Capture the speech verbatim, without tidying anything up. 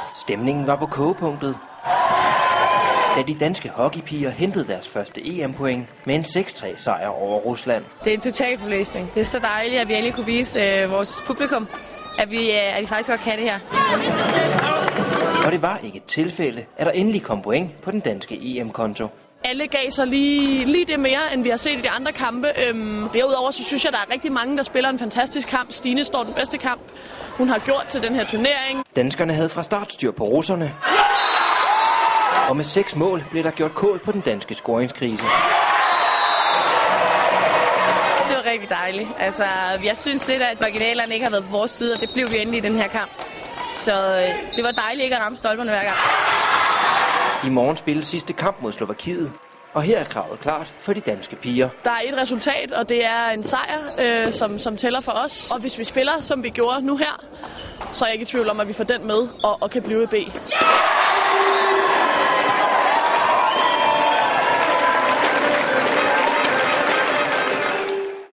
Stemningen var på kogepunktet, da de danske hockeypiger hentede deres første E M-point med en seks tre sejr over Rusland. Det er en total forløsning. Det er så dejligt, at vi endelig kunne vise øh, vores publikum, at vi, øh, at vi faktisk godt kan det her. Og det var ikke et tilfælde, at der endelig kom point på den danske E M-konto. Alle gav sig lige, lige det mere, end vi har set i de andre kampe. Øhm, derudover så synes jeg, der er rigtig mange, der spiller en fantastisk kamp. Stine står den bedste kamp, hun har gjort til den her turnering. Danskerne havde fra start styr på russerne. Og med seks mål blev der gjort kål på den danske scoringskrise. Det var rigtig dejligt. Altså, jeg synes lidt, at marginalerne ikke har været på vores side, og det blev vi endelig i den her kamp. Så det var dejligt ikke at ramme stolperne hver gang. I morgen spilles sidste kamp mod Slovakiet, og her er kravet klart for de danske piger. Der er et resultat, og det er en sejr, øh, som, som tæller for os. Og hvis vi spiller, som vi gjorde nu her, så er jeg ikke i tvivl om, at vi får den med og, og kan blive i B.